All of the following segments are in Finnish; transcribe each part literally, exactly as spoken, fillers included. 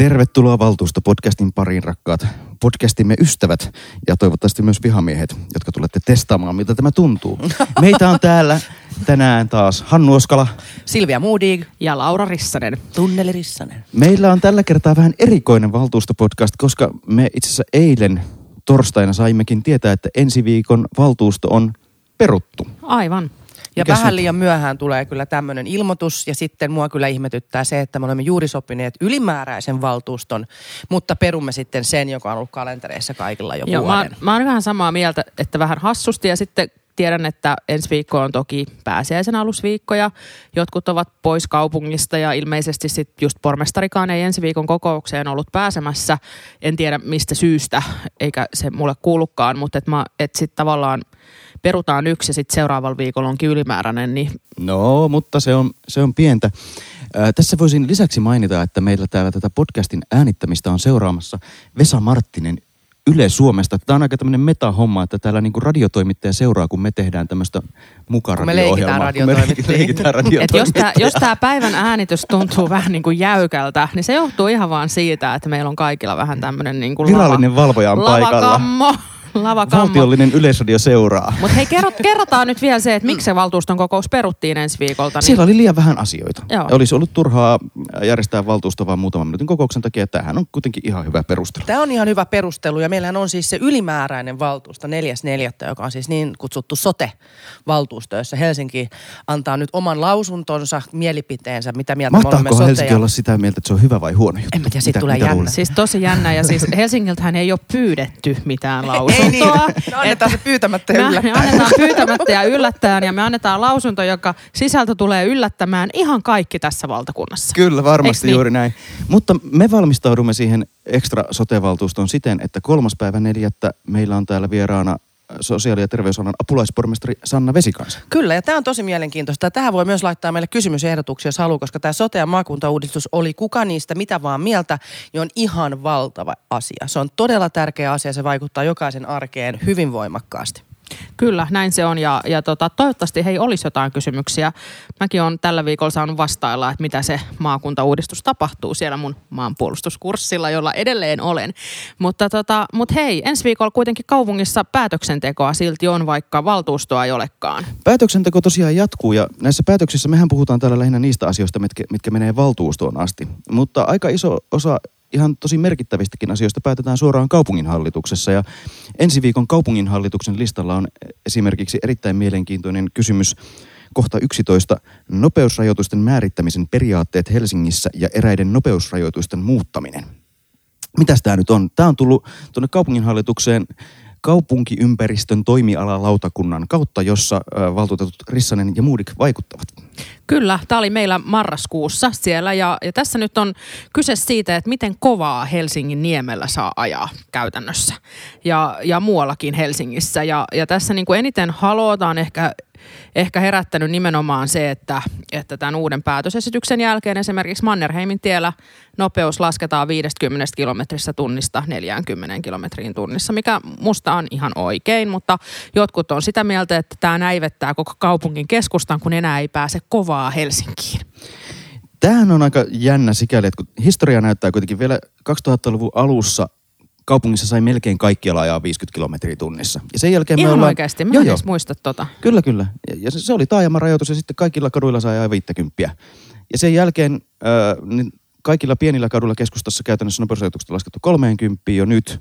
Tervetuloa Valtuusto-podcastin pariin, rakkaat podcastimme ystävät ja toivottavasti myös vihamiehet, jotka tulette testaamaan, miltä tämä tuntuu. Meitä on täällä tänään taas Hannu Oskala, Silvia Moodig ja Laura Rissanen. Tunneli Rissanen. Meillä on tällä kertaa vähän erikoinen Valtuusto-podcast, koska me itse asiassa eilen torstaina saimmekin tietää, että ensi viikon valtuusto on peruttu. Aivan. Ja Mikäs vähän nyt? liian myöhään tulee kyllä tämmöinen ilmoitus ja sitten mua kyllä ihmetyttää se, että me olemme juuri sopineet ylimääräisen valtuuston, mutta perumme sitten sen, joka on ollut kalentereissa kaikilla jo Joo, vuoden. mä, mä oon vähän samaa mieltä, että vähän hassusti ja sitten tiedän, että ensi viikko on toki pääsiäisen alusviikko ja jotkut ovat pois kaupungista ja ilmeisesti sitten just pormestarikaan ei ensi viikon kokoukseen ollut pääsemässä. En tiedä mistä syystä, eikä se mulle kuulukaan, mutta että et sitten tavallaan perutaan yksi ja sitten seuraavalla viikolla onkin ylimääräinen. Niin... No, mutta se on, se on pientä. Ää, tässä voisin lisäksi mainita, että meillä täällä tätä podcastin äänittämistä on seuraamassa Vesa Marttinen Yle Suomesta. Tämä on aika tämmöinen meta-homma, että täällä niinku radiotoimittaja seuraa, kun me tehdään tämmöistä mukaradio-ohjelmaa. Kun me leikitään radiotoimittajia. Et jos tämä jos tää päivän äänitys tuntuu vähän niin kuin jäykältä, niin se johtuu ihan vaan siitä, että meillä on kaikilla vähän tämmöinen niin kuin Virallinen valvoja on paikalla. Lavakammo. Lavakammo. Valtiollinen Yleisradio seuraa. Mutta hei, kerrot, kerrotaan nyt vielä se, että miksi se valtuuston kokous peruttiin ensi viikolta. Niin... Siellä oli liian vähän asioita. Joo. Olisi ollut turhaa järjestää valtuusto vaan muutaman minuutin kokouksen takia, että tämähän on kuitenkin ihan hyvä perustelu. Tämä on ihan hyvä perustelu ja meillähän on siis se ylimääräinen valtuusto neljäs neljättä, joka on siis niin kutsuttu sote-valtuusto, jossa Helsinki antaa nyt oman lausuntonsa, mielipiteensä, mitä mieltä me olemme Mahtaako sote. Helsinki olla sitä mieltä, että se on hyvä vai huono juttu? En mä tiedä, siitä Mitä- tulee mitä jännä. luulet? Siis tosi jännä ja siis Helsingiltähän ei ole pyydetty mitään lausuntoa. Ei niin, me annetaan se pyytämättä ja Me yllättäen. annetaan pyytämättä ja yllättäen ja me annetaan lausunto, joka sisältö tulee yllättämään ihan kaikki tässä valtakunnassa. Kyllä, varmasti Eiks niin? juuri näin. Mutta me valmistaudumme siihen ekstra sote-valtuustoon siten, että kolmas päivä neljättä meillä on täällä vieraana sosiaali- ja terveysalan apulaispormestari Sanna Vesikansa. Kyllä, ja tämä on tosi mielenkiintoista. Tähän voi myös laittaa meille kysymysehdotuksia, jos haluaa, koska tämä sote- ja maakuntauudistus oli kuka niistä mitä vaan mieltä, niin on ihan valtava asia. Se on todella tärkeä asia, se vaikuttaa jokaisen arkeen hyvin voimakkaasti. Kyllä, näin se on ja, ja tota, toivottavasti hei olisi jotain kysymyksiä. Mäkin olen tällä viikolla saanut vastailla, että mitä se maakuntauudistus tapahtuu siellä mun maanpuolustuskurssilla, jolla edelleen olen. Mutta tota, mut hei, ensi viikolla kuitenkin kaupungissa päätöksentekoa silti on, vaikka valtuustoa ei olekaan. Päätöksenteko tosiaan jatkuu ja näissä päätöksissä mehän puhutaan täällä lähinnä niistä asioista, mitkä, mitkä menee valtuustoon asti. Mutta aika iso osa ihan tosi merkittävistäkin asioista päätetään suoraan kaupunginhallituksessa ja ensi viikon kaupunginhallituksen listalla on esimerkiksi erittäin mielenkiintoinen kysymys kohta yksitoista nopeusrajoitusten määrittämisen periaatteet Helsingissä ja eräiden nopeusrajoitusten muuttaminen. Mitäs tämä nyt on? Tämä on tullut tuonne kaupunginhallitukseen kaupunkiympäristön toimialalautakunnan kautta, jossa ö, valtuutetut Rissanen ja Moodig vaikuttavat. Kyllä, tämä oli meillä marraskuussa siellä ja, ja tässä nyt on kyse siitä, että miten kovaa Helsingin niemellä saa ajaa käytännössä ja, ja muuallakin Helsingissä. Ja, ja tässä niin kuin eniten haloota on ehkä, ehkä herättänyt nimenomaan se, että, että tämän uuden päätösesityksen jälkeen esimerkiksi Mannerheimin tiellä nopeus lasketaan viisikymmentä kilometristä tunnista neljäkymmentä kilometriin tunnissa, mikä musta on ihan oikein, mutta jotkut on sitä mieltä, että tämä näivettää koko kaupungin keskustan, kun enää ei pääse kovaa Helsinkiin. Tämähän on aika jännä sikäli, että kun historia näyttää kuitenkin vielä kaksituhattaluvun alussa kaupungissa sai melkein kaikkialla ajaa viisikymmentä kilometriä tunnissa. Ja sen jälkeen me Ihan ollaan... oikeasti, mä Joo, en joo. edes muista tota. Kyllä, kyllä. Ja, ja se, se oli taajamarajoitus ja sitten kaikilla kaduilla sai ajaa viittäkymppiä. Ja sen jälkeen äh, niin kaikilla pienillä kaduilla keskustassa käytännössä nopeusrajoitukset on laskettu kolmeenkymppiin jo nyt.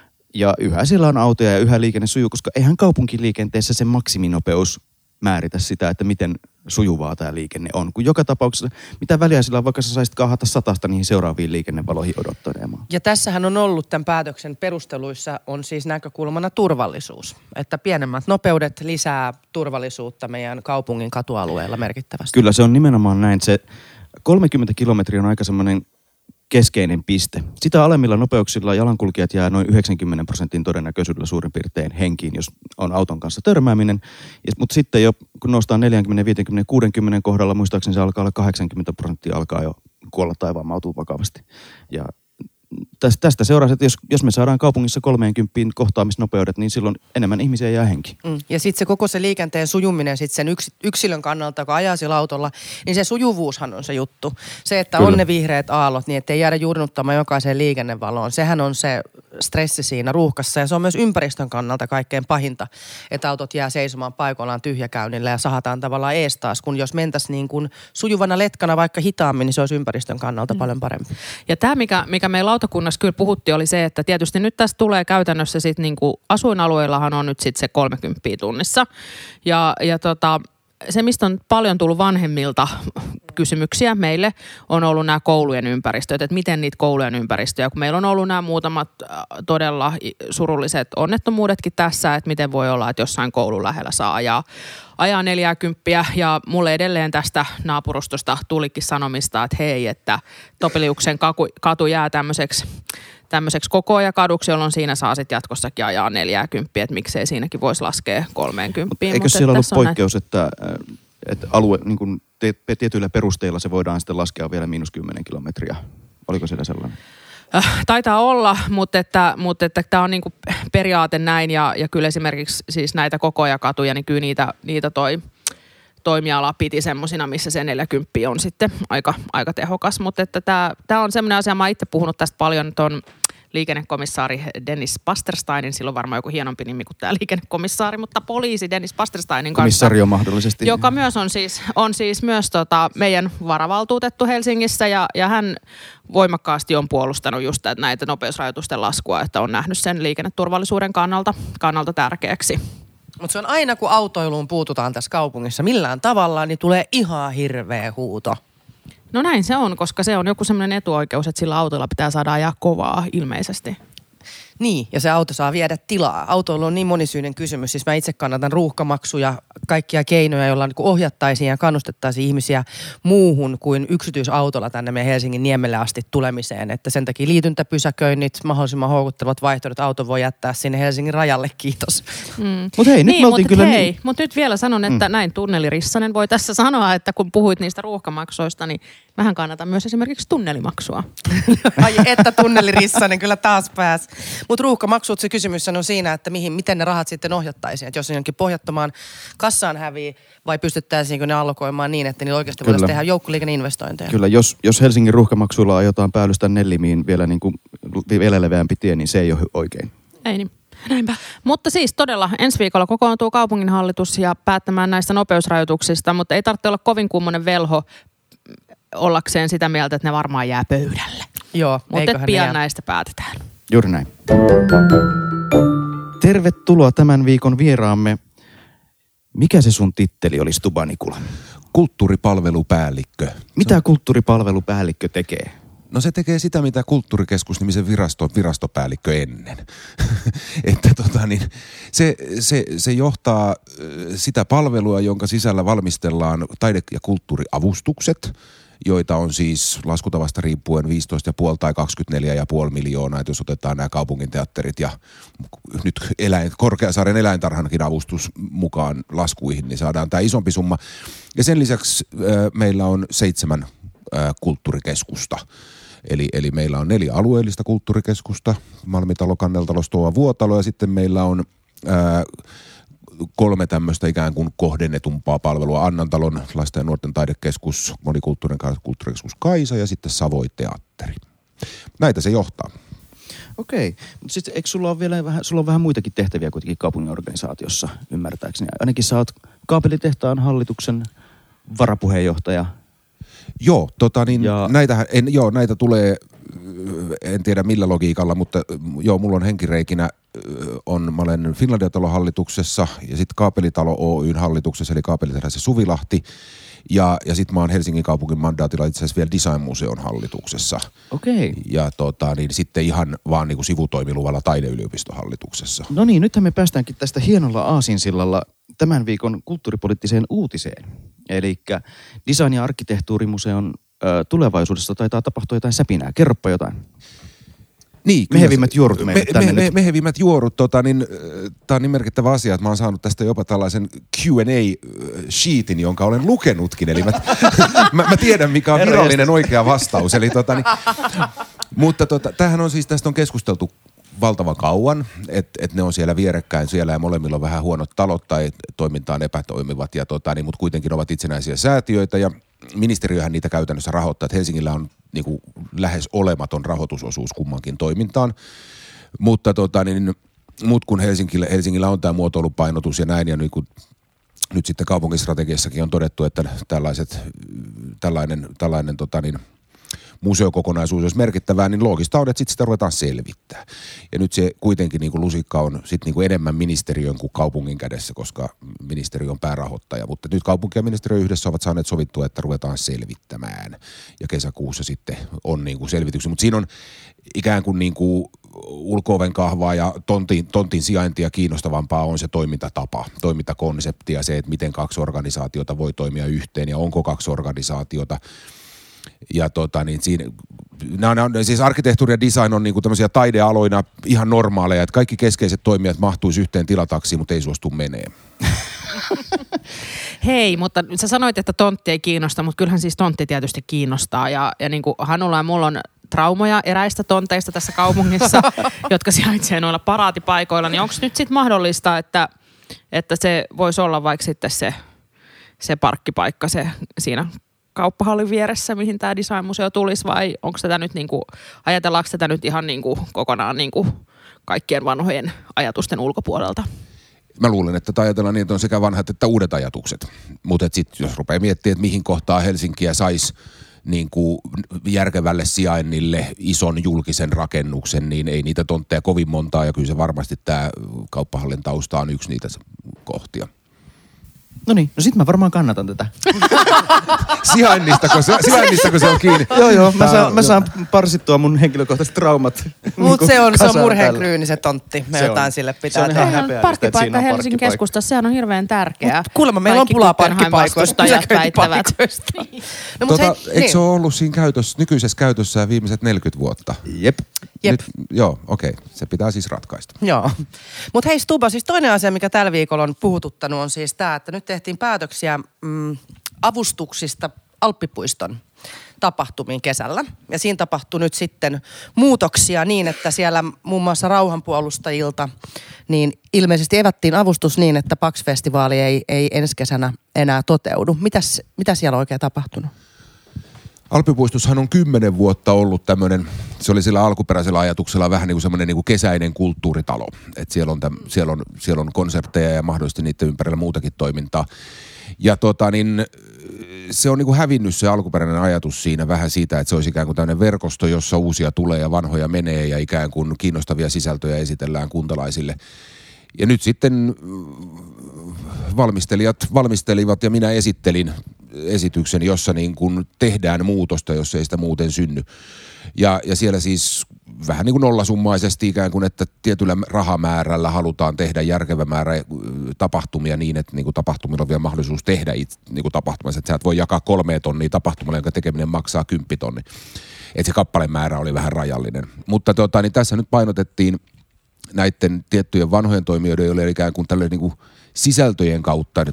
Ja yhä siellä on autoja ja yhä liikenne sujuu, koska eihän kaupunkiliikenteessä se maksiminopeus määritä sitä, että miten sujuvaa tämä liikenne on. Kun joka tapauksessa, mitä väliä sillä on, vaikka sä saisit kaahata satasta niihin seuraaviin liikennevaloihin odottelemaan. Ja tässähän on ollut tämän päätöksen perusteluissa on siis näkökulmana turvallisuus. Että pienemmät nopeudet lisää turvallisuutta meidän kaupungin katualueella merkittävästi. Kyllä se on nimenomaan näin. Se kolmekymmentä kilometriä on aika semmoinen keskeinen piste. Sitä alemmilla nopeuksilla jalankulkijat jää noin yhdeksänkymmentä prosentin todennäköisyydellä suurin piirtein henkiin, jos on auton kanssa törmääminen. Mutta sitten jo kun noustaan neljäkymmentä, viisikymmentä, kuusikymmentä kohdalla, muistaakseni se alkaa olla kahdeksankymmentä prosenttia alkaa jo kuolla taivaan mautuu vakavasti. Ja tästä seuraa, että jos, jos me saadaan kaupungissa kolmeenkymppiin kohtaamisnopeudet, niin silloin enemmän ihmisiä jää henki. Mm. Ja sitten se koko se liikenteen sujuminen sit sen yks, yksilön kannalta, joka ajaa sillä autolla, niin se sujuvuushan on se juttu. Se, että Kyllä. on ne vihreät aallot, niin ettei jäädä juurnuttamaan jokaiseen liikennevaloon. Sehän on se stressi siinä ruuhkassa ja se on myös ympäristön kannalta kaikkein pahinta, että autot jää seisomaan paikoillaan tyhjäkäynnillä ja sahataan tavallaan ees taas, kun jos mentäisiin niin kuin sujuvana letkana vaikka hitaammin, niin se olisi ympäristön kannalta mm. paljon parempi. Ja tämä, mikä, mikä meidän lautakunnassa kyllä puhuttiin, oli se, että tietysti nyt tässä tulee käytännössä sitten niin kuin asuinalueillahan on nyt sitten se kolmekymmentä tunnissa. Ja, ja tota, se, mistä on paljon tullut vanhemmilta kysymyksiä meille, on ollut nämä koulujen ympäristöt, että miten niitä koulujen ympäristöjä, kun meillä on ollut nämä muutamat todella surulliset onnettomuudetkin tässä, että miten voi olla, että jossain koulun lähellä saa ajaa, ajaa neljääkymppiä ja mulle edelleen tästä naapurustosta tulikin sanomista, että hei, että Topeliuksen katu jää tämmöiseksi tämmöiseksi kokoajakaduksi, jolloin siinä saa sitten jatkossakin ajaa neljääkymppiä, että miksei siinäkin voisi laskea kolmeenkymppiin. Eikö siellä ollut poikkeus, että, että alue, niin kuin te, tietyillä perusteilla se voidaan sitten laskea vielä miinus kymmenen kilometriä? Oliko siellä sellainen? Taitaa olla, mutta että, mutta että tämä on niin kuin periaate näin ja, ja kyllä esimerkiksi siis näitä kokoajakatuja, niin kyllä niitä, niitä toi toimiala piti semmosina, missä se neljäkymmentä on sitten aika, aika tehokas, mutta että tämä, tämä on semmoinen asia, mä oon itse puhunut tästä paljon tuon liikennekomissaari Dennis Pastersteinin, sillä on varmaan joku hienompi nimi kuin tämä liikennekomissaari, mutta poliisi Dennis Pastersteinin kanssa. Komissario mahdollisesti. Joka myös on siis, on siis myös tota meidän varavaltuutettu Helsingissä ja, ja hän voimakkaasti on puolustanut just näitä nopeusrajoitusten laskua, että on nähnyt sen liikenneturvallisuuden kannalta, kannalta tärkeäksi. Mutta se on aina, kun autoiluun puututaan tässä kaupungissa millään tavalla, niin tulee ihan hirveä huuto. No näin se on, koska se on joku semmoinen etuoikeus, että sillä autolla pitää saada ajaa kovaa ilmeisesti. Niin, ja se auto saa viedä tilaa. Autoilu on niin monisyinen kysymys. Siis mä itse kannatan ruuhkamaksuja, kaikkia keinoja, joilla niin ohjattaisiin ja kannustettaisiin ihmisiä muuhun kuin yksityisautolla tänne meidän Helsingin niemelle asti tulemiseen. Että sen takia liityntäpysäköinnit, mahdollisimman houkuttelevat vaihtoehdot, auto voi jättää sinne Helsingin rajalle, kiitos. Mm. Mutta hei, nyt niin, me oltiin mut kyllä hei, niin. Mutta nyt vielä sanon, että mm. näin tunnelirissanen voi tässä sanoa, että kun puhuit niistä ruuhkamaksoista, niin vähän kannatan myös esimerkiksi tunnelimaksua. Ai että tunnelirissanen kyllä taas pääsi. Mutta ruuhkamaksut, se kysymys on siinä, että mihin, miten ne rahat sitten ohjattaisiin. Että jos ne jonkin pohjattomaan kassaan hävii vai pystyttäisiinkö ne allokoimaan niin, että niillä oikeasti voitaisiin tehdä joukkoliikenneinvestointeja. Kyllä, jos, jos Helsingin ruuhkamaksuilla aiotaan päällystä Nellimiin vielä, niin kuin, vielä leveämpi tie, niin se ei ole oikein. Ei niin. Näinpä. Mutta siis todella ensi viikolla kokoontuu kaupunginhallitus ja päättämään näistä nopeusrajoituksista, mutta ei tarvitse olla kovin kummonen velho ollakseen sitä mieltä, että ne varmaan jää pöydälle. Joo, mutta pian näistä päätetään. Juuri näin. Tervetuloa tämän viikon vieraamme. Mikä se sun titteli oli, Stuba Nikula? Kulttuuripalvelupäällikkö. Mitä kulttuuripalvelupäällikkö tekee? No se tekee sitä, mitä kulttuurikeskusnimisen virasto, virastopäällikkö ennen. Että tota niin, se, se, se johtaa sitä palvelua, jonka sisällä valmistellaan taide- ja kulttuuriavustukset, joita on siis laskutavasta riippuen viisitoista pilkku viisi tai kaksikymmentäneljä pilkku viisi miljoonaa, että jos otetaan nämä kaupunginteatterit ja nyt eläin, Korkeasaaren eläintarhankin avustus mukaan laskuihin, niin saadaan tämä isompi summa. Ja sen lisäksi äh, meillä on seitsemän äh, kulttuurikeskusta. Eli, eli meillä on neljä alueellista kulttuurikeskusta, Malmitalo, Kanneltalo, Stoa, Vuotalo ja sitten meillä on ää, kolme tämmöistä ikään kuin kohdennetumpaa palvelua. Annantalon lasten ja nuorten taidekeskus, monikulttuurinen kulttuurikeskus Kaisa ja sitten Savoi teatteri. Näitä se johtaa. Okei, mutta sitten eikö sulla ole vielä vähän, sulla on vähän muitakin tehtäviä kuitenkin kaupungin organisaatiossa, ymmärtääkseni? Ainakin sä oot kaapelitehtaan hallituksen varapuheenjohtaja. Joo, tota niin, ja... näitähän, en, joo, näitä tulee, en tiedä millä logiikalla, mutta joo, mulla on henkireikinä, on, mä olen Finlandia-talon hallituksessa ja sitten Kaapelitalo Oyn hallituksessa, eli Kaapelitehdas ja Suvilahti. Ja, ja sitten mä oon Helsingin kaupungin mandaatilla itse asiassa vielä Design-museon hallituksessa. Okei. Ja tota, niin sitten ihan vaan niin kuin sivutoimiluvalla taideyliopiston hallituksessa. No niin, nythän me päästäänkin tästä hienolla aasinsillalla tämän viikon kulttuuripoliittiseen uutiseen. Eli Design- ja arkkitehtuurimuseon ö, tulevaisuudessa taitaa tapahtua jotain säpinää. Kerropa jotain. Niin, mehevimmät juorut meille me, tänne me, me, nyt. Mehevimmät juorut, tota, niin, tämä on niin merkittävä asia, että mä oon saanut tästä jopa tällaisen Q and A-sheetin, jonka olen lukenutkin. Eli mä, mä, mä tiedän, mikä on virallinen oikea vastaus. Eli, tota, niin, mutta tota, tämähän on siis, tästä on keskusteltu valtavan kauan, että et ne on siellä vierekkäin siellä ja molemmilla on vähän huonot talot tai toimintaan epätoimivat, ja tota, niin, mutta kuitenkin ovat itsenäisiä säätiöitä ja ministeriöhän niitä käytännössä rahoittaa, että Helsingillä on niin kuin lähes olematon rahoitusosuus kummankin toimintaan, mutta tota, niin, mut kun Helsingillä, Helsingillä on tämä muotoilupainotus ja näin, ja niin kuin nyt sitten kaupunkistrategiassakin on todettu, että tällaiset, tällainen, tällainen tota niin, museokokonaisuus, jos merkittävää, niin loogista on, että sitten sitä ruvetaan selvittää. Ja nyt se kuitenkin niin kuin lusikka on sit niin kuin enemmän ministeriön kuin kaupungin kädessä, koska ministeriö on päärahoittaja. Mutta nyt kaupunki ja ministeriö yhdessä ovat saaneet sovittua, että ruvetaan selvittämään. Ja kesäkuussa sitten on niin kuin selvityksiä. Mutta siinä on ikään kuin, niin kuin ulko-oven kahvaa ja tontin, tontin sijaintia kiinnostavampaa on se toimintatapa, toimintakonsepti ja se, että miten kaksi organisaatiota voi toimia yhteen ja onko kaksi organisaatiota. Ja tota niin siinä, nämä on, siis arkkitehtuuri ja design on niinku tämmöisiä taidealoina ihan normaaleja, että kaikki keskeiset toimijat mahtuisi yhteen tilataksiin, mutta ei suostu menee. Hei, mutta sä sanoit, että tontti ei kiinnosta, mutta kyllähän siis tontti tietysti kiinnostaa ja, ja niin kuin Hanulla ja mulla on traumoja eräistä tonteista tässä kaupungissa, jotka sijaitsee noilla paraatipaikoilla, niin onko nyt sitten mahdollista, että, että se voisi olla vaikka sitten se, se parkkipaikka se siinä kauppahallin vieressä, mihin tämä designmuseo tulisi, vai onko tätä nyt niinku, ajatellaanko tätä nyt ihan niinku kokonaan niinku kaikkien vanhojen ajatusten ulkopuolelta? Mä luulen, että ajatellaan niin, että on sekä vanhat että uudet ajatukset. Mutta sitten jos rupeaa miettimään, että mihin kohtaa Helsinkiä saisi niin kuin järkevälle sijainnille ison julkisen rakennuksen, niin ei niitä tontteja kovin montaa, ja kyllä se varmasti tämä kauppahallin tausta on yksi niitä kohtia. No niin, no sit mä varmaan kannatan tätä. Sijainnistako se, sijainnistako se on kiinni? Joo joo, mä saan, mä saan parsittua mun henkilökohtaiset traumat. Mutta se on, se on murheen täällä. kryyni se tontti. Me Se jotain on. sille Se pitää on ihan tehdä. häpeällistä, että Parkkipaikka siinä on Helsingin parkkipaikka. keskustassa, sehän on hirveän tärkeää. Mut kuulemma meillä on Kaikki pulaa Guggenheim parkkipaikoista, vastustajat väittävät. No, mut Tota, hei, eikö niin. se ole ollut siinä käytössä, nykyisessä käytössä viimeiset neljäkymmentä vuotta? Jep. Jep. Nyt, joo, okei. Okay. Se pitää siis ratkaista. Joo. Mutta hei Stuba, siis toinen asia, mikä tällä viikolla on puhututtanut, on siis tämä, että nyt tehtiin päätöksiä mm, avustuksista Alppipuiston tapahtumiin kesällä. Ja siinä tapahtui nyt sitten muutoksia niin, että siellä muun muassa rauhanpuolustajilta niin ilmeisesti evättiin avustus niin, että Pax-festivaali ei, ei ensi kesänä enää toteudu. Mitäs, mitä siellä on oikein tapahtunut? Alppipuistossahan on kymmenen vuotta ollut tämmöinen, se oli sillä alkuperäisellä ajatuksella vähän niin kuin semmoinen niin kuin kesäinen kulttuuritalo. Että siellä on, täm, siellä, on, siellä on konsertteja ja mahdollisesti niiden ympärillä muutakin toimintaa. Ja tota niin, se on niin kuin hävinnyt se alkuperäinen ajatus siinä vähän siitä, että se olisi ikään kuin tämmöinen verkosto, jossa uusia tulee ja vanhoja menee ja ikään kuin kiinnostavia sisältöjä esitellään kuntalaisille. Ja nyt sitten valmistelijat valmistelivat ja minä esittelin esityksen, jossa niin kuin tehdään muutosta, jos ei sitä muuten synny. Ja, ja siellä siis vähän niin kuin nollasummaisesti ikään kuin, että tietyllä rahamäärällä halutaan tehdä järkevä määrä tapahtumia niin, että niin kuin tapahtumilla on vielä mahdollisuus tehdä itse, niin kuin tapahtumassa. Että sä et voi jakaa kolme tonnia tapahtumalle, jonka tekeminen maksaa kymppi tonni. Että se kappalemäärä oli vähän rajallinen. Mutta tota, niin tässä nyt painotettiin näiden tiettyjen vanhojen toimijoiden, joille ikään kuin tälle niin kuin sisältöjen kautta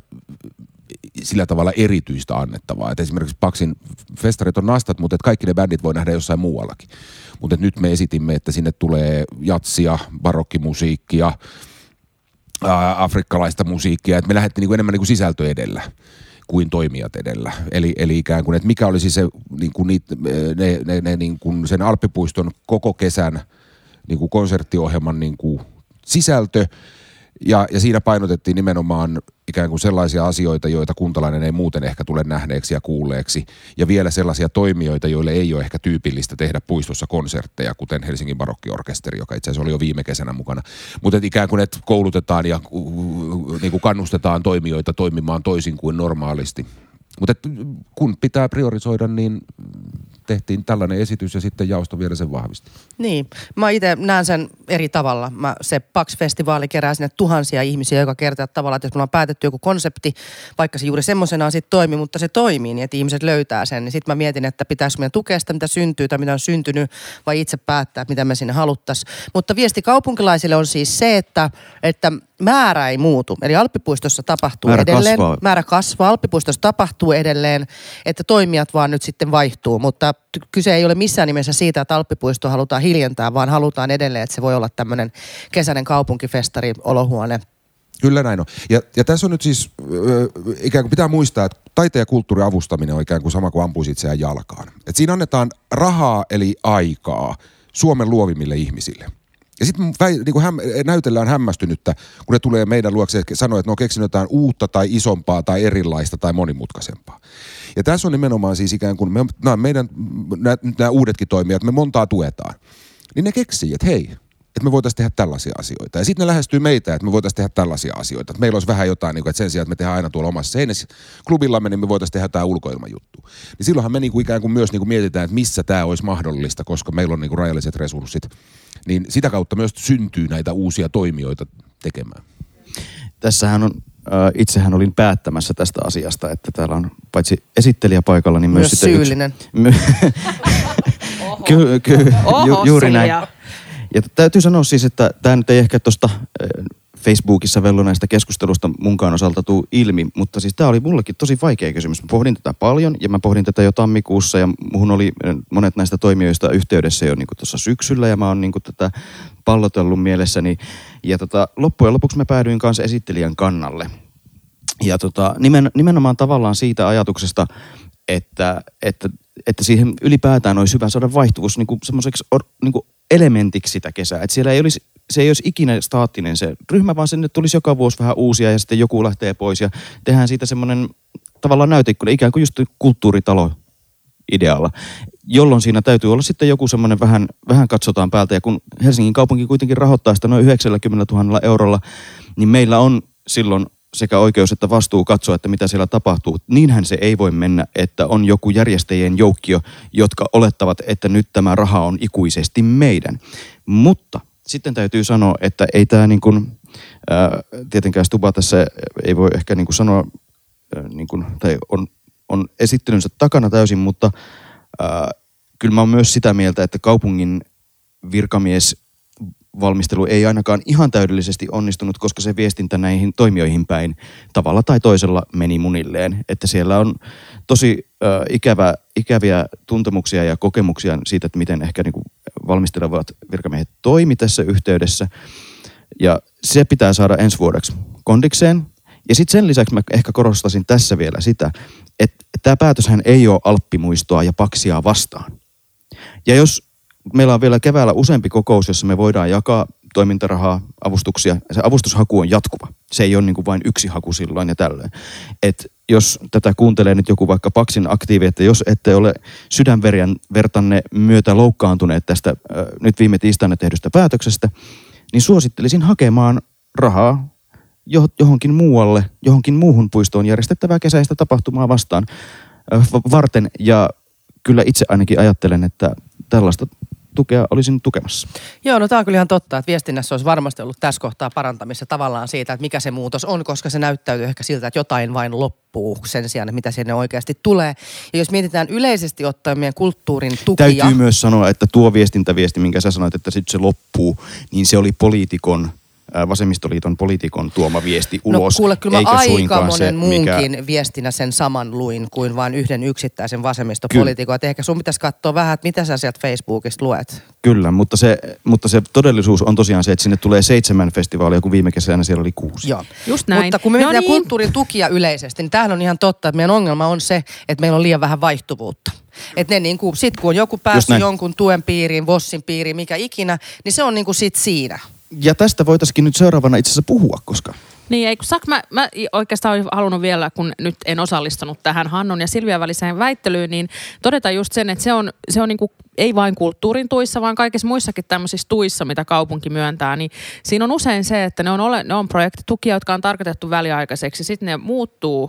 sillä tavalla erityistä annettavaa. Et esimerkiksi Paxin festarit on nastat, mutta et kaikki ne bändit voi nähdä jossain muuallakin. Mutta nyt me esitimme, että sinne tulee jatsia, barokkimusiikkia, ää, afrikkalaista musiikkia. Et me lähdettiin niinku enemmän niinku sisältö edellä kuin toimijat edellä. Eli, eli ikään kuin, että mikä olisi se, niinku niit, ne, ne, ne, niinku sen Alppipuiston koko kesän niinku konserttiohjelman niinku sisältö. Ja, ja siinä painotettiin nimenomaan ikään kuin sellaisia asioita, joita kuntalainen ei muuten ehkä tule nähneeksi ja kuulleeksi. Ja vielä sellaisia toimijoita, joille ei ole ehkä tyypillistä tehdä puistossa konsertteja, kuten Helsingin barokkiorkesteri, joka itse asiassa oli jo viime kesänä mukana. Mutta ikään kuin, että koulutetaan ja uh, niin kuin kannustetaan toimijoita toimimaan toisin kuin normaalisti. Mutta kun pitää priorisoida, niin tehtiin tällainen esitys ja sitten jaosto vielä sen vahvisti. Niin, mä itse näen sen eri tavalla. Mä, se Pax-festivaali kerää sinne tuhansia ihmisiä joka kerta tavalla, että jos me on päätetty joku konsepti, vaikka se juuri semmoisenaan sitten toimii, mutta se toimii niin, että ihmiset löytää sen, niin sitten mä mietin, että pitäisikö meidän tukea sitä, mitä syntyy tai mitä on syntynyt, vai itse päättää, mitä me sinne haluttaisiin. Mutta viesti kaupunkilaisille on siis se, että, että määrä ei muutu. Eli Alppipuistossa tapahtuu määrä edelleen. Kasvaa. Määrä kasvaa. Alppipuistossa tapahtuu edelleen, että toimijat vaan nyt sitten vaihtuu. Mutta kyse ei ole missään nimessä siitä, että Alppipuisto halutaan hiljentää, vaan halutaan edelleen, että se voi olla tämmöinen kesäinen kaupunkifestari, olohuone. Kyllä näin on. Ja, ja tässä on nyt siis, äh, ikään kuin pitää muistaa, että taiteen ja kulttuurin avustaminen on ikään kuin sama kuin ampuisi itseään jalkaan. Et siinä annetaan rahaa eli aikaa Suomen luovimmille ihmisille. Ja sitten niin häm, näytellään hämmästynyttä, kun ne tulee meidän luokse ja sanoo, että ne on keksinyt jotain uutta tai isompaa tai erilaista tai monimutkaisempaa. Ja tässä on nimenomaan siis ikään kuin, me, nämä meidän nämä uudetkin toimijat, me montaa tuetaan. Niin ne keksii, että hei, että me voitaisiin tehdä tällaisia asioita. Ja sitten ne lähestyy meitä, että me voitaisiin tehdä tällaisia asioita. Että meillä olisi vähän jotain, että sen sijaan, että me tehdään aina tuolla omassa seinässä klubillamme, niin me voitaisiin tehdä jotain ulkoilmajuttua. Niin silloinhan me niinku ikään kuin myös niinku mietitään, että missä tämä olisi mahdollista, koska meillä on niinku rajalliset resurssit. Niin sitä kautta myös syntyy näitä uusia toimijoita tekemään. Tässähän on, äh, itsehän olin päättämässä tästä asiasta, että täällä on paitsi esittelijä paikalla, niin myös, myös sitten syyllinen. Yksi, ky, ky, ju, juuri näin. Ja täytyy sanoa siis, että tämä nyt ei ehkä tuosta Facebookissa velloneesta keskustelusta munkaan osalta tuu ilmi, mutta siis tämä oli mullekin tosi vaikea kysymys. Mä pohdin tätä paljon ja mä pohdin tätä jo tammikuussa ja muhun oli monet näistä toimijoista yhteydessä jo niinku tuossa syksyllä ja mä oon niinku tätä pallotellut mielessäni. Ja tota, loppujen lopuksi mä päädyin kanssa esittelijän kannalle. Ja tota, nimen, nimenomaan tavallaan siitä ajatuksesta, että, että, että siihen ylipäätään olisi hyvä saada vaihtuvuus niinku semmoiseksi niinku elementiksi sitä kesää. Että siellä ei olisi, se ei olisi ikinä staattinen se ryhmä, vaan sinne tulisi joka vuosi vähän uusia ja sitten joku lähtee pois ja tehdään siitä semmoinen tavallaan näyteikkuna, ikään kuin just kulttuuritalo idealla, jolloin siinä täytyy olla sitten joku semmoinen vähän, vähän katsotaan päältä ja kun Helsingin kaupunki kuitenkin rahoittaa sitä noin yhdeksänkymmentätuhatta eurolla, niin meillä on silloin sekä oikeus että vastuu katsoa, että mitä siellä tapahtuu. Niinhän se ei voi mennä, että on joku järjestäjien joukkio, jotka olettavat, että nyt tämä raha on ikuisesti meidän. Mutta sitten täytyy sanoa, että ei tämä niin kuin, ää, tietenkään Stuba tässä ei voi ehkä niin kuin sanoa, ää, niin kuin, tai on, on esittelynsä takana täysin, mutta ää, kyllä mä oon myös sitä mieltä, että kaupungin virkamies valmistelu ei ainakaan ihan täydellisesti onnistunut, koska se viestintä näihin toimijoihin päin tavalla tai toisella meni munilleen. Että siellä on tosi äh, ikävä, ikäviä tuntemuksia ja kokemuksia siitä, että miten ehkä niin kuin valmistelevat virkamiehet toimi tässä yhteydessä. Ja se pitää saada ensi vuodeksi kondikseen. Ja sitten sen lisäksi mä ehkä korostasin tässä vielä sitä, että tämä päätöshän ei ole alppimuistoa ja paksia vastaan. Ja jos meillä on vielä keväällä useampi kokous, jossa me voidaan jakaa toimintarahaa, avustuksia. Se avustushaku on jatkuva. Se ei ole niin kuin vain yksi haku silloin ja tällöin. Et jos tätä kuuntelee nyt joku vaikka Paksin aktiivi, että jos ette ole sydänvertanne myötä loukkaantuneet tästä äh, nyt viime tiistaina tehdystä päätöksestä, niin suosittelisin hakemaan rahaa johonkin muualle, johonkin muuhun puistoon järjestettävää kesäistä tapahtumaa vastaan äh, varten. Ja kyllä itse ainakin ajattelen, että tällaista tukea olisin tukemassa. Joo, no tämä on kyllä ihan totta, että viestinnässä olisi varmasti ollut tässä kohtaa parantamissa tavallaan siitä, että mikä se muutos on, koska se näyttäytyy ehkä siltä, että jotain vain loppuu sen sijaan, että mitä sinne oikeasti tulee. Ja jos mietitään yleisesti ottaen meidän kulttuurin tukia. Täytyy myös sanoa, että tuo viestintäviesti, minkä sä sanoit, että sitten se loppuu, niin se oli poliitikon Vasemmistoliiton poliitikon tuoma viesti ulos. No kuule, kyllä mä aika monen se, muunkin mikä... viestinä sen saman luin kuin vain yhden yksittäisen vasemmistopoliitikon. Että ehkä sun pitäisi katsoa vähän, että mitä sä sieltä Facebookista luet. Kyllä, mutta se, mutta se todellisuus on tosiaan se, että sinne tulee seitsemän festivaalia, kun viime kesänä siellä oli kuusi. Joo, just näin. Mutta kun me mietitään no niin. kulttuurin tukia yleisesti, niin tämähän on ihan totta, että meidän ongelma on se, että meillä on liian vähän vaihtuvuutta. Että ne niin kuin, sit kun on joku päässyt jonkun tuen piiriin, Vossin piiriin, mikä ikinä, niin se on niin kuin sit siinä. Ja tästä voitaisiin nyt seuraavana itse asiassa puhua, koska... Niin, ei kun saanko mä, mä oikeastaan olisin halunnut vielä, kun nyt en osallistunut tähän Hannun ja Silvian väliseen väittelyyn, niin todeta just sen, että se on, se on niin kuin, ei vain kulttuurin tuissa, vaan kaikissa muissakin tämmöisissä tuissa, mitä kaupunki myöntää, niin siinä on usein se, että ne on, ole, ne on projektitukia, jotka on tarkoitettu väliaikaiseksi, sitten ne muuttuu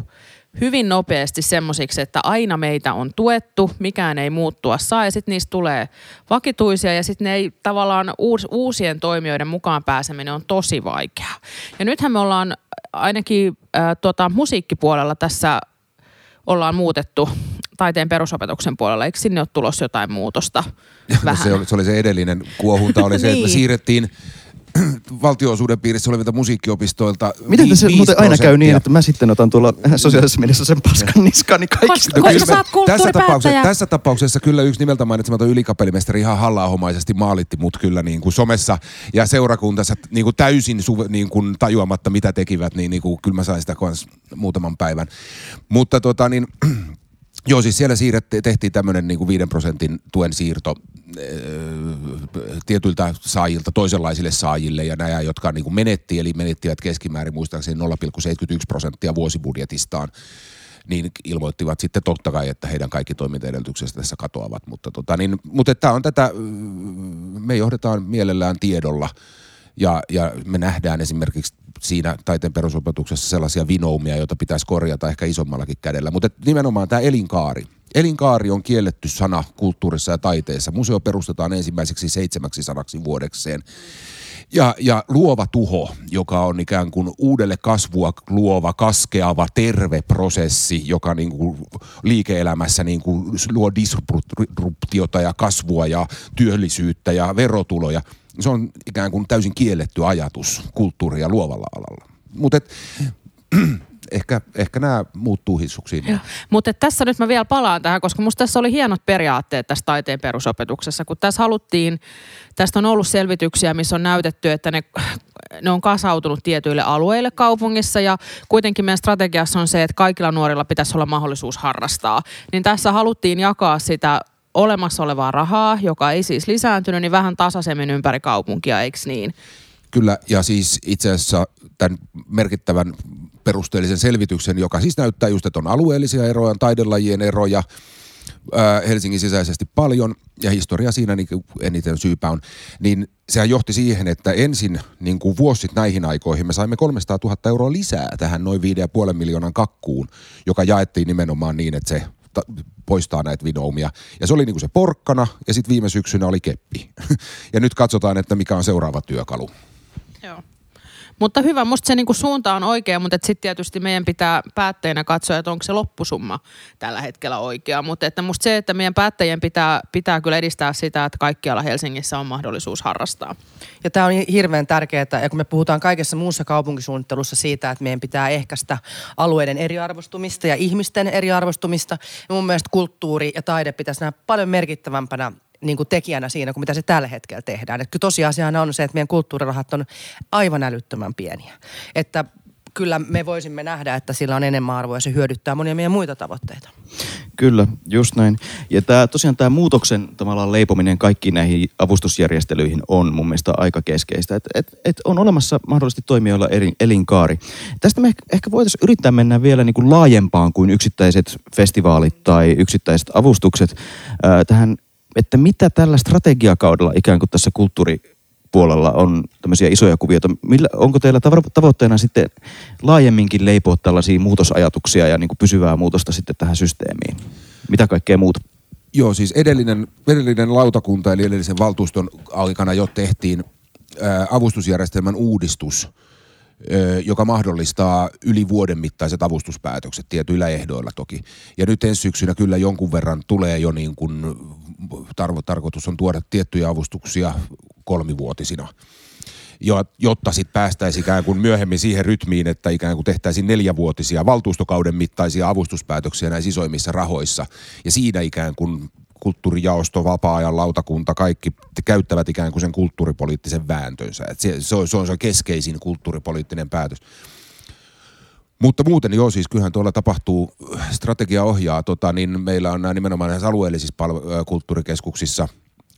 hyvin nopeasti semmoisiksi, että aina meitä on tuettu, mikään ei muuttua saa ja sitten niistä tulee vakituisia ja sitten ne ei tavallaan uus, uusien toimijoiden mukaan pääseminen on tosi vaikeaa. Ja nythän me ollaan ainakin äh, tota, musiikkipuolella tässä ollaan muutettu taiteen perusopetuksen puolella. Eikö sinne ole tulossa jotain muutosta? Vähän? se, oli, se oli se edellinen kuohunta, oli se, niin. että me siirrettiin valtionosuuden piirissä olevilta musiikkiopistoilta Miten tässä muuten aina käy niin, että mä sitten otan tuolla sosiaalisessa mediassa sen paskan niskaan, niin kaikista. Koska, koska sä oot tässä, tapauksessa, tässä tapauksessa kyllä yksi nimeltä mainitsematon ylikapellimestari ihan halla-ahomaisesti maalitti mut kyllä niin kuin somessa ja seurakuntansa niin kuin täysin suve, niin kuin tajuamatta mitä tekivät, niin, niin kuin, kyllä mä sain sitä muutaman päivän. Mutta tota niin... Joo, siis siellä siirrettiin, tehtiin tämmöinen niin kuin viiden prosentin tuen siirto tietyiltä saajilta toisenlaisille saajille ja nämä, jotka niin kuin menetti, eli menettivät keskimäärin muistaakseni nolla pilkku seitsemänkymmentäyksi prosenttia vuosibudjetistaan, niin ilmoittivat sitten totta kai, että heidän kaikki toimintaedellytykset tässä katoavat. Mutta, tota, niin, mutta tämä on tätä, me johdetaan mielellään tiedolla ja, ja me nähdään esimerkiksi siinä taiteen perusopetuksessa sellaisia vinoumia, joita pitäisi korjata ehkä isommallakin kädellä. Mutta nimenomaan tämä elinkaari. Elinkaari on kielletty sana kulttuurissa ja taiteessa. Museo perustetaan ensimmäiseksi seitsemäksi sadaksi vuodekseen. Ja, ja luova tuho, joka on ikään kuin uudelle kasvua luova, kaskeava, terve prosessi, joka niin kuin liike-elämässä niin kuin luo disruptiota ja kasvua ja työllisyyttä ja verotuloja. Se on ikään kuin täysin kielletty ajatus kulttuuria luovalla alalla. Mutta ehkä, ehkä nämä muuttuu hissuksiin. Mutta tässä nyt mä vielä palaan tähän, koska musta tässä oli hienot periaatteet tässä taiteen perusopetuksessa, kun tässä haluttiin, tästä on ollut selvityksiä, missä on näytetty, että ne, ne on kasautunut tietyille alueille kaupungissa ja kuitenkin meidän strategiassa on se, että kaikilla nuorilla pitäisi olla mahdollisuus harrastaa. Niin tässä haluttiin jakaa sitä olemassa olevaa rahaa, joka ei siis lisääntynyt, niin vähän tasaisemmin ympäri kaupunkia, eikö niin? Kyllä, ja siis itse asiassa tämän merkittävän perusteellisen selvityksen, joka siis näyttää just, että on alueellisia eroja, taidelajien eroja, ää, Helsingin sisäisesti paljon, ja historia siinä niin eniten syypä on, niin sehän johti siihen, että ensin niin kuin vuosit näihin aikoihin me saimme kolmesataatuhatta euroa lisää tähän noin viiden pilkku viiden miljoonan kakkuun, joka jaettiin nimenomaan niin, että se ta- poistaa näitä vinoumia. Ja se oli niin kuin se porkkana, ja sitten viime syksynä oli keppi. Ja nyt katsotaan, että mikä on seuraava työkalu. Joo. Mutta hyvä, musta se niinku suunta on oikea, mutta sitten tietysti meidän pitää päättäjänä katsoa, että onko se loppusumma tällä hetkellä oikea. Mutta että musta se, että meidän päättäjien pitää, pitää kyllä edistää sitä, että kaikkialla Helsingissä on mahdollisuus harrastaa. Ja tämä on hirveän tärkeää, ja kun me puhutaan kaikessa muussa kaupunkisuunnittelussa siitä, että meidän pitää ehkäistä alueiden eriarvostumista ja ihmisten eriarvostumista, ja mun mielestä kulttuuri ja taide pitäisi nähdä paljon merkittävämpänä niin kuin tekijänä siinä, kuin mitä se tällä hetkellä tehdään. Että tosiasiahan on se, että meidän kulttuurirahat on aivan älyttömän pieniä. Että kyllä me voisimme nähdä, että sillä on enemmän arvoa ja se hyödyttää monia meidän muita tavoitteita. Kyllä, just näin. Ja tämä, tosiaan tämä muutoksen tavallaan leipominen kaikkiin näihin avustusjärjestelyihin on mun mielestä aika keskeistä. Että et, et on olemassa mahdollisesti toimijoilla eri, elinkaari. Tästä me ehkä, ehkä voitaisiin yrittää mennä vielä niin kuin laajempaan kuin yksittäiset festivaalit tai yksittäiset avustukset ää, tähän, että mitä tällä strategiakaudella ikään kuin tässä kulttuuripuolella on tämmöisiä isoja kuvioita. Millä, onko teillä tavoitteena sitten laajemminkin leipoa tällaisia muutosajatuksia ja niin kuin pysyvää muutosta sitten tähän systeemiin? Mitä kaikkea muuta? Joo, siis edellinen, edellinen lautakunta eli edellisen valtuuston aikana jo tehtiin ää, avustusjärjestelmän uudistus, ää, joka mahdollistaa yli vuoden mittaiset avustuspäätökset tietyillä ehdoilla toki. Ja nyt ensi syksynä kyllä jonkun verran tulee jo niin kuin Tarvo, tarkoitus on tuoda tiettyjä avustuksia kolmivuotisina, jotta sitten päästäisiin ikään kuin myöhemmin siihen rytmiin, että ikään kuin tehtäisiin neljävuotisia valtuustokauden mittaisia avustuspäätöksiä näissä isoimmissa rahoissa. Ja siinä ikään kuin kulttuurijaosto, vapaa-ajan lautakunta, kaikki käyttävät ikään kuin sen kulttuuripoliittisen vääntönsä. Et se, se, on, se on se keskeisin kulttuuripoliittinen päätös. Mutta muuten joo, siis kyllähän tuolla tapahtuu, strategia ohjaa, tota, niin meillä on nämä nimenomaan näissä alueellisissa palve- kulttuurikeskuksissa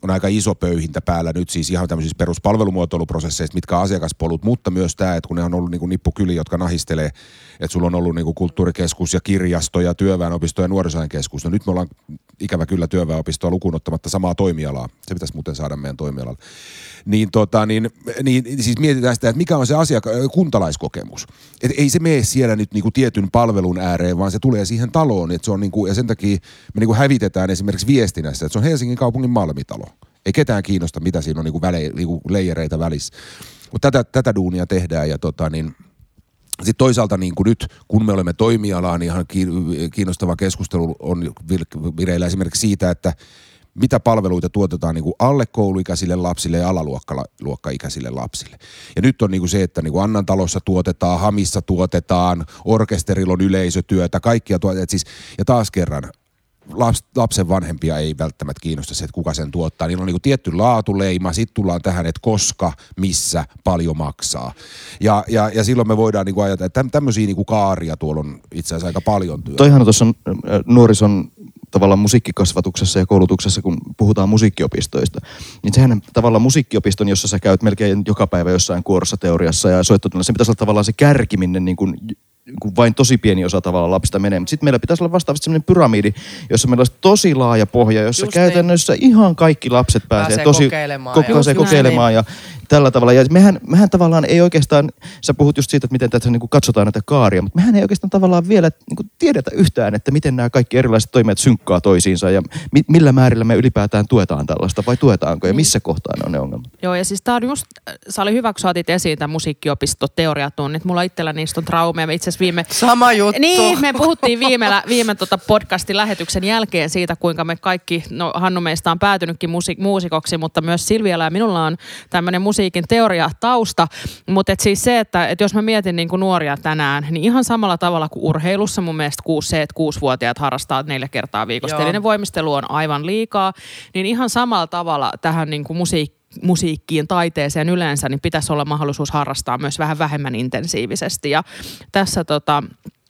on aika iso pöyhintä päällä nyt siis ihan tämmöisissä peruspalvelumuotoiluprosesseissa, mitkä on asiakaspolut, mutta myös tämä, että kun ne on ollut niin kuin nippukyliä, jotka nahistelee, että sulla on ollut niin kuin kulttuurikeskus ja kirjasto ja työväenopisto ja nuorisainkeskus. No nyt me ollaan ikävä kyllä työväenopistoa lukuun ottamatta samaa toimialaa. Se pitäisi muuten saada meidän toimialalle. Niin, tota, niin, niin siis mietitään sitä, että mikä on se asiak- kuntalaiskokemus. Et ei se mene siellä nyt niinku tietyn palvelun ääreen, vaan se tulee siihen taloon. Et se on niinku, ja sen takia me niinku hävitetään esimerkiksi viestinnässä, että se on Helsingin kaupungin Malmitalo. Ei ketään kiinnosta, mitä siinä on niinku väle, niinku leijereitä välissä. Mutta tätä, tätä duunia tehdään ja tota niin... Sitten toisaalta niin kuin nyt, kun me olemme toimialaa, niin ihan kiinnostava keskustelu on vireillä esimerkiksi siitä, että mitä palveluita tuotetaan niin kuin alle kouluikäisille lapsille ja alaluokkaikäisille lapsille. Ja nyt on niin kuin se, että niin kuin Annan talossa tuotetaan, Hamissa tuotetaan, orkesterilla on yleisötyötä, kaikkia tuotetaan. Siis, ja taas kerran, Laps, lapsen vanhempia ei välttämättä kiinnosta se, että kuka sen tuottaa. Niillä on niin kuin tietty laatuleima, sitten tullaan tähän, että koska, missä, paljon maksaa. Ja, ja, ja silloin me voidaan niin kuin ajatella, että tämmöisiä niin kuin kaaria tuolla on itse asiassa aika paljon työtä. Toihan tuossa on nuorison tavallaan musiikkikasvatuksessa ja koulutuksessa, kun puhutaan musiikkiopistoista, niin sehän tavallaan musiikkiopiston, jossa sä käyt melkein joka päivä jossain kuorossa, teoriassa ja soittotunnilla, se pitäisi olla tavallaan se kärki, minne niin kuin kun vain tosi pieni osa tavallaan lapsista menee. Mutta sitten meillä pitäisi olla vastaavasti sellainen pyramidi, jossa meillä olisi tosi laaja pohja, jossa just käytännössä niin. Ihan kaikki lapset pääsee, pääsee tosi, kokeilemaan. Ko- pääsee kokeilemaan ja tällä tavalla. Ja mehän, mehän tavallaan ei oikeastaan, sä puhut just siitä, että miten tässä niin kuin katsotaan näitä kaaria, mutta mehän ei oikeastaan tavallaan vielä niin kuin tiedetä yhtään, että miten nämä kaikki erilaiset toimijat synkkaa toisiinsa ja mi- millä määrillä me ylipäätään tuetaan tällaista vai tuetaanko ja missä kohtaa ne on ne ongelmat. Joo, ja siis tää on just, sä oli hyvä, kun sä otit esiin tämän musiikkiopistoteoriatunnit. Mulla itsellä niistä on traumeja. Me itse asiassa viime... Sama juttu. Niin, me puhuttiin viime, viime tota podcastin lähetyksen jälkeen siitä, kuinka me kaikki, no Hannu meistä on päätynytkin musi- muusikoksi, mutta myös Silvialla ja minulla on tämmöinen musiikin teoria tausta. Mutta et siis se, että et jos mä mietin niin kuin nuoria tänään, niin ihan samalla tavalla kuin urheilussa mun mielestä kuusi, se, että kuusivuotiaat harrastaa neljä kertaa viikossa. Eli ne voimistelu on aivan liikaa, niin ihan samalla tavalla tähän niin kuin musiikkiin, musiikkiin, taiteeseen yleensä, niin pitäisi olla mahdollisuus harrastaa myös vähän vähemmän intensiivisesti. Ja tässä tota,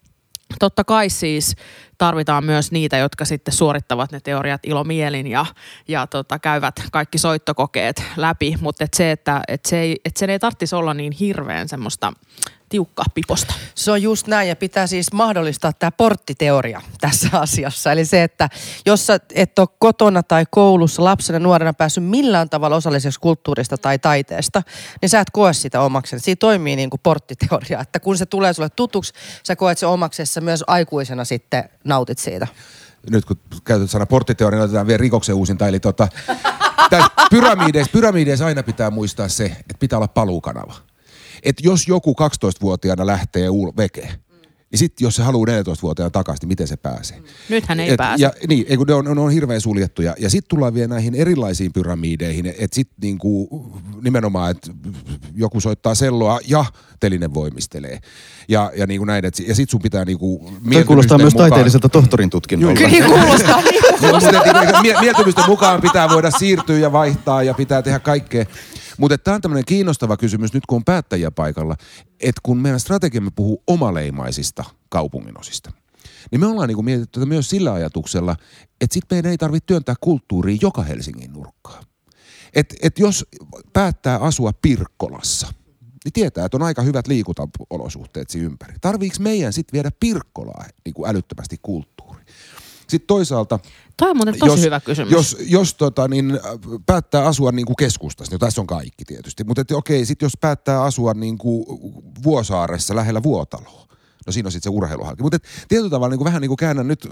totta kai siis tarvitaan myös niitä, jotka sitten suorittavat ne teoriat ilomielin ja, ja tota, käyvät kaikki soittokokeet läpi, mutta et se, että et se ei, et sen ei tarvitsisi olla niin hirveän semmoista tiukkaa piposta. Se on just näin ja pitää siis mahdollistaa tämä porttiteoria tässä asiassa. Eli se, että jos sä et ole kotona tai koulussa lapsena nuorena päässyt millään tavalla osalliseksi kulttuurista tai taiteesta, niin sä et koe sitä omaksesi. Siinä toimii niin kuin porttiteoria, että kun se tulee sulle tutuksi, sä koet se omaksessa myös aikuisena sitten nautit siitä. Nyt kun käytät sana porttiteoria, niin otetaan vielä rikoksen uusinta. Eli tota, pyramideissa, pyramideissa aina pitää muistaa se, että pitää olla paluukanava. Että jos joku kaksitoistavuotiaana lähtee vekeen, mm. niin sitten jos se haluaa neljätoistavuotiaana takaisin, niin miten se pääsee? Mm. Nythän ei et, pääse. Ja, niin, ne on, ne on hirveän suljettuja. Ja sitten tullaan vielä näihin erilaisiin pyramideihin, että sitten niinku, nimenomaan, että joku soittaa selloa ja telinen voimistelee. Ja, ja niinku näin, et, ja sitten sun pitää niinku... Toi kuulostaa myös mukaan, taiteelliselta tohtorin tutkinnolta. Kyllä kuulostaa. Niin mieltymysten mukaan pitää voida siirtyä ja vaihtaa ja pitää tehdä kaikkea. Mutta tämä on tämmöinen kiinnostava kysymys nyt, kun on päättäjiä paikalla, että kun meidän strategiamme puhuu omaleimaisista kaupunginosista, niin me ollaan niinku mietitty tätä myös sillä ajatuksella, että sitten meidän ei tarvitse työntää kulttuuria joka Helsingin nurkkaan. Että et jos päättää asua Pirkkolassa, niin tietää, että on aika hyvät liikuntaolosuhteet siinä ympäri. Tarviiko meidän sitten viedä Pirkkolaa niinku älyttömästi kulttuuri? Sitten toisaalta... Toi on muuten tosi jos, hyvä kysymys. Jos, jos tota, niin, päättää asua niin kuin keskustassa, niin tässä on kaikki tietysti, mutta okei, sitten jos päättää asua niin kuin Vuosaaressa lähellä Vuotaloa, no siinä on sitten se urheiluhalki. Mutta tietyllä tavalla niin kuin vähän niin kuin käännän nyt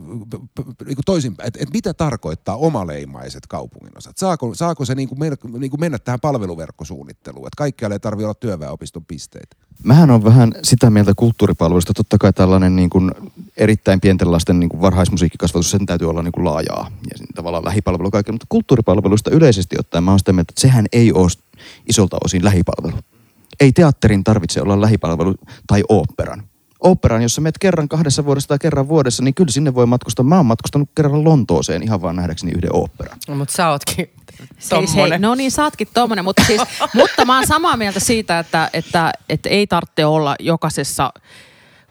niin kuin toisinpäin, että et mitä tarkoittaa omaleimaiset kaupunginosat? Saako, saako se niin kuin mennä, niin kuin mennä tähän palveluverkkosuunnitteluun, että kaikkialle ei tarvitse olla työväenopiston pisteitä? Mähän on vähän sitä mieltä kulttuuripalveluista. Totta kai tällainen niin kuin erittäin pienten lasten niin kuin varhaismusiikkikasvatus, sen täytyy olla niin kuin laajaa ja tavallaan lähipalvelu kaikille. Mutta kulttuuripalveluista yleisesti ottaen mä oon sitä mieltä, että sehän ei ole isolta osin lähipalvelu. Ei teatterin tarvitse olla lähipalvelu tai oopperan. Oopperan, jos sä menet kerran kahdessa vuodessa tai kerran vuodessa, niin kyllä sinne voi matkustaa. Mä oon matkustanut kerran Lontooseen ihan vaan nähdäkseni yhden oopperan. No, mutta sä ootkin siis hei, no niin, sä ootkin tommonen, mutta, siis, mutta mä oon samaa mieltä siitä, että, että, että ei tarvitse olla jokaisessa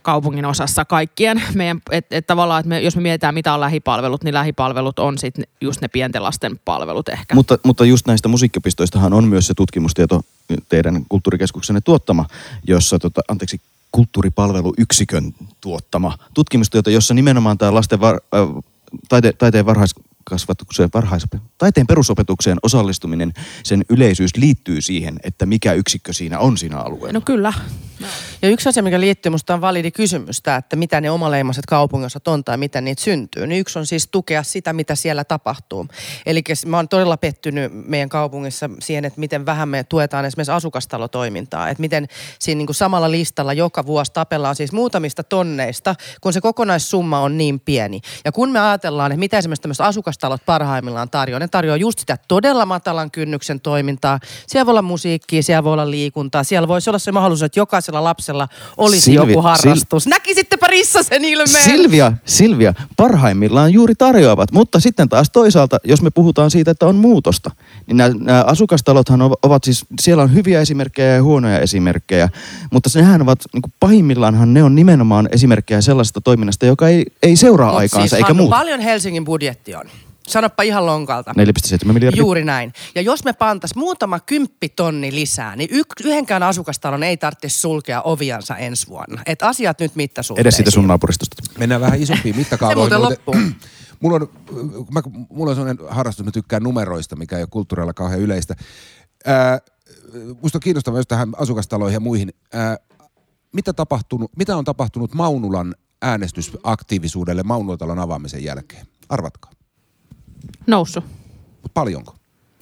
kaupungin osassa kaikkien meidän, että et tavallaan, että me, jos me mietitään mitä on lähipalvelut, niin lähipalvelut on sitten just ne pienten lasten palvelut ehkä. Mutta, mutta just näistä musiikkiopistoistahan on myös se tutkimustieto teidän kulttuurikeskuksenne tuottama, jossa, tota, anteeksi, kulttuuripalveluyksikön tuottama tutkimustieto, jossa nimenomaan tämä lasten var, äh, taite, taiteen varhaiskasvatukseen, varhais, taiteen perusopetukseen osallistuminen, sen yleisyys liittyy siihen, että mikä yksikkö siinä on siinä alueella. No kyllä. Ja yksi asia, mikä liittyy, musta on validi kysymystä, että mitä ne omaleimaset kaupunginosat on tai miten niitä syntyy. Niin yksi on siis tukea sitä, mitä siellä tapahtuu. Eli mä oon todella pettynyt meidän kaupungissa siihen, että miten vähän me tuetaan esimerkiksi asukastalotoimintaa. Että miten siinä niin kuin samalla listalla joka vuosi tapellaan siis muutamista tonneista, kun se kokonaissumma on niin pieni. Ja kun me ajatellaan, että mitä esimerkiksi tämmöiset asukastalot parhaimmillaan tarjoaa, ne tarjoaa just sitä todella matalan kynnyksen toimintaa. Siellä voi olla musiikkia, siellä voi olla liikuntaa, siellä voisi olla se mahdollisuus, että jokaisella lapsella olisi Silvi, joku harrastus. Sil- Näkisittepä Rissasen ilmeen. Silvia, Silvia, parhaimmillaan juuri tarjoavat, mutta sitten taas toisaalta, jos me puhutaan siitä, että on muutosta, niin nämä, nämä asukastalothan ovat siis, siellä on hyviä esimerkkejä ja huonoja esimerkkejä, mutta nehän ovat, niin kuin pahimmillaanhan ne on nimenomaan esimerkkejä sellaisesta toiminnasta, joka ei, ei seuraa Mut aikaansa siis, eikä Hannu, muuta. Paljon Helsingin budjetti on. Sanoppa ihan lonkalta. neljä pilkku seitsemän miljardia. Juuri näin. Ja jos me pantas muutama kymppitonni lisää, niin yk, yhdenkään asukastalon ei tarvitse sulkea oviansa ensi vuonna. Et asiat nyt mittasuhteisiin. Edes siitä sun naapuristosta. Mennään vähän isompiin mittakaavoihin. Se muuten loppuu. Mulla on, mä, mulla on sellainen harrastus, mä tykkään numeroista, mikä ei ole kulttuurilla kauhean yleistä. Ää, musta on kiinnostavaa just tähän asukastaloihin ja muihin. Ää, mitä, tapahtunut, mitä on tapahtunut Maunulan äänestysaktiivisuudelle Maunutalon avaamisen jälkeen? Arvatkaa. Noussut. Paljonko?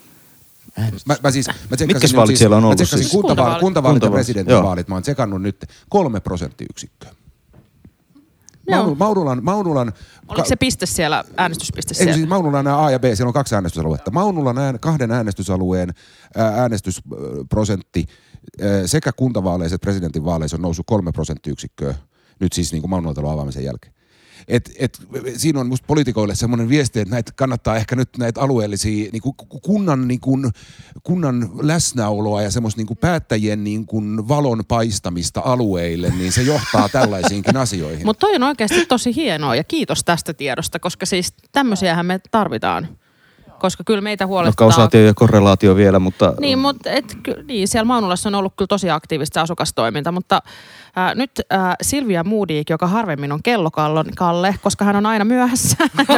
Mä, mä siis, mä mitkä vaalit siis, siellä on ollut? Mä tsekkasin siis? kuntavaalit, kuntavaalit ja presidentinvaalit. Mä oon tsekannut nyt kolme prosenttiyksikköä. Maunu, Maunulan, Maunulan... Oliko se piste siellä, äänestyspiste siellä? Ei siis Maunulan A ja B, siellä on kaksi äänestysaluetta. Maunulan ään, kahden äänestysalueen äänestysprosentti sekä kuntavaaleissa että presidentinvaaleissa on noussut kolme prosenttiyksikköä nyt siis niin kuin Maunulan avaamisen jälkeen. Et, et, siinä on musta poliitikoille semmoinen viesti, että näitä kannattaa ehkä nyt näitä alueellisia niin kuin kunnan, niin kuin, kunnan läsnäoloa ja semmoista niin kuin päättäjien niin kuin valon paistamista alueille, niin se johtaa tällaisiinkin asioihin. Mutta toi on oikeasti tosi hienoa ja kiitos tästä tiedosta, koska siis tämmöisiähän me tarvitaan. Koska kyllä meitä huolettaa... No kausaatio ja korrelaatio vielä, mutta... Niin, mutta et, niin, siellä Maunulassa on ollut kyllä tosi aktiivista asukastoiminta, mutta ää, nyt ää, Silvia Modig, joka harvemmin on kellokallon Kalle, koska hän on aina myöhässä.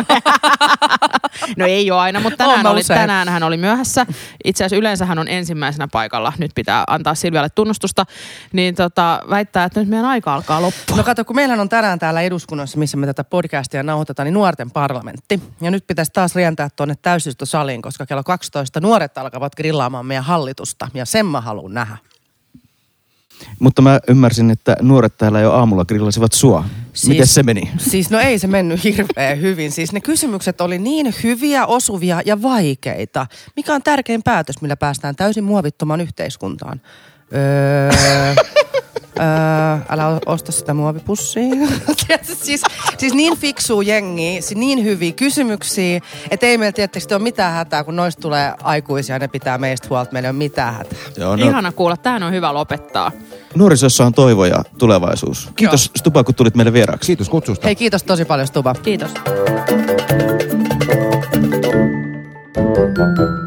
No ei ole aina, mutta tänään, oli, tänään hän oli myöhässä. Itse asiassa yleensä hän on ensimmäisenä paikalla. Nyt pitää antaa Silvialle tunnustusta. Niin tota, väittää, että nyt meidän aika alkaa loppua. No kato, kun meillähän on tänään täällä eduskunnassa, missä me tätä podcastia nauhoitetaan, niin nuorten parlamentti. Ja nyt pitäisi taas rientää tuonne täysistunnosaliin, koska kello kaksitoista nuoret alkavat grillaamaan meidän hallitusta. Ja sen mä haluan nähdä. Mutta mä ymmärsin, että nuoret täällä jo aamulla grillasivat sua. Siis, miten se meni? Siis no ei se mennyt hirveän hyvin. Siis ne kysymykset oli niin hyviä, osuvia ja vaikeita. Mikä on tärkein päätös, millä päästään täysin muovittomaan yhteiskuntaan? Öö, öö, älä osta sitä muovipussia. siis, siis niin fiksuu jengi, niin hyviä kysymyksiä, että ei meillä tietysti ole mitään hätää, kun noista tulee aikuisia, ne pitää meistä huolta, meillä ei ole mitään hätää. Joo, no. Ihana kuulla, tämähän on hyvä lopettaa. Nuorisossa on toivo ja tulevaisuus. Kiitos Joo. Stuba, kun tulit meille vieraaksi. Kiitos kutsusta. Hei, kiitos tosi paljon Stuba. Kiitos.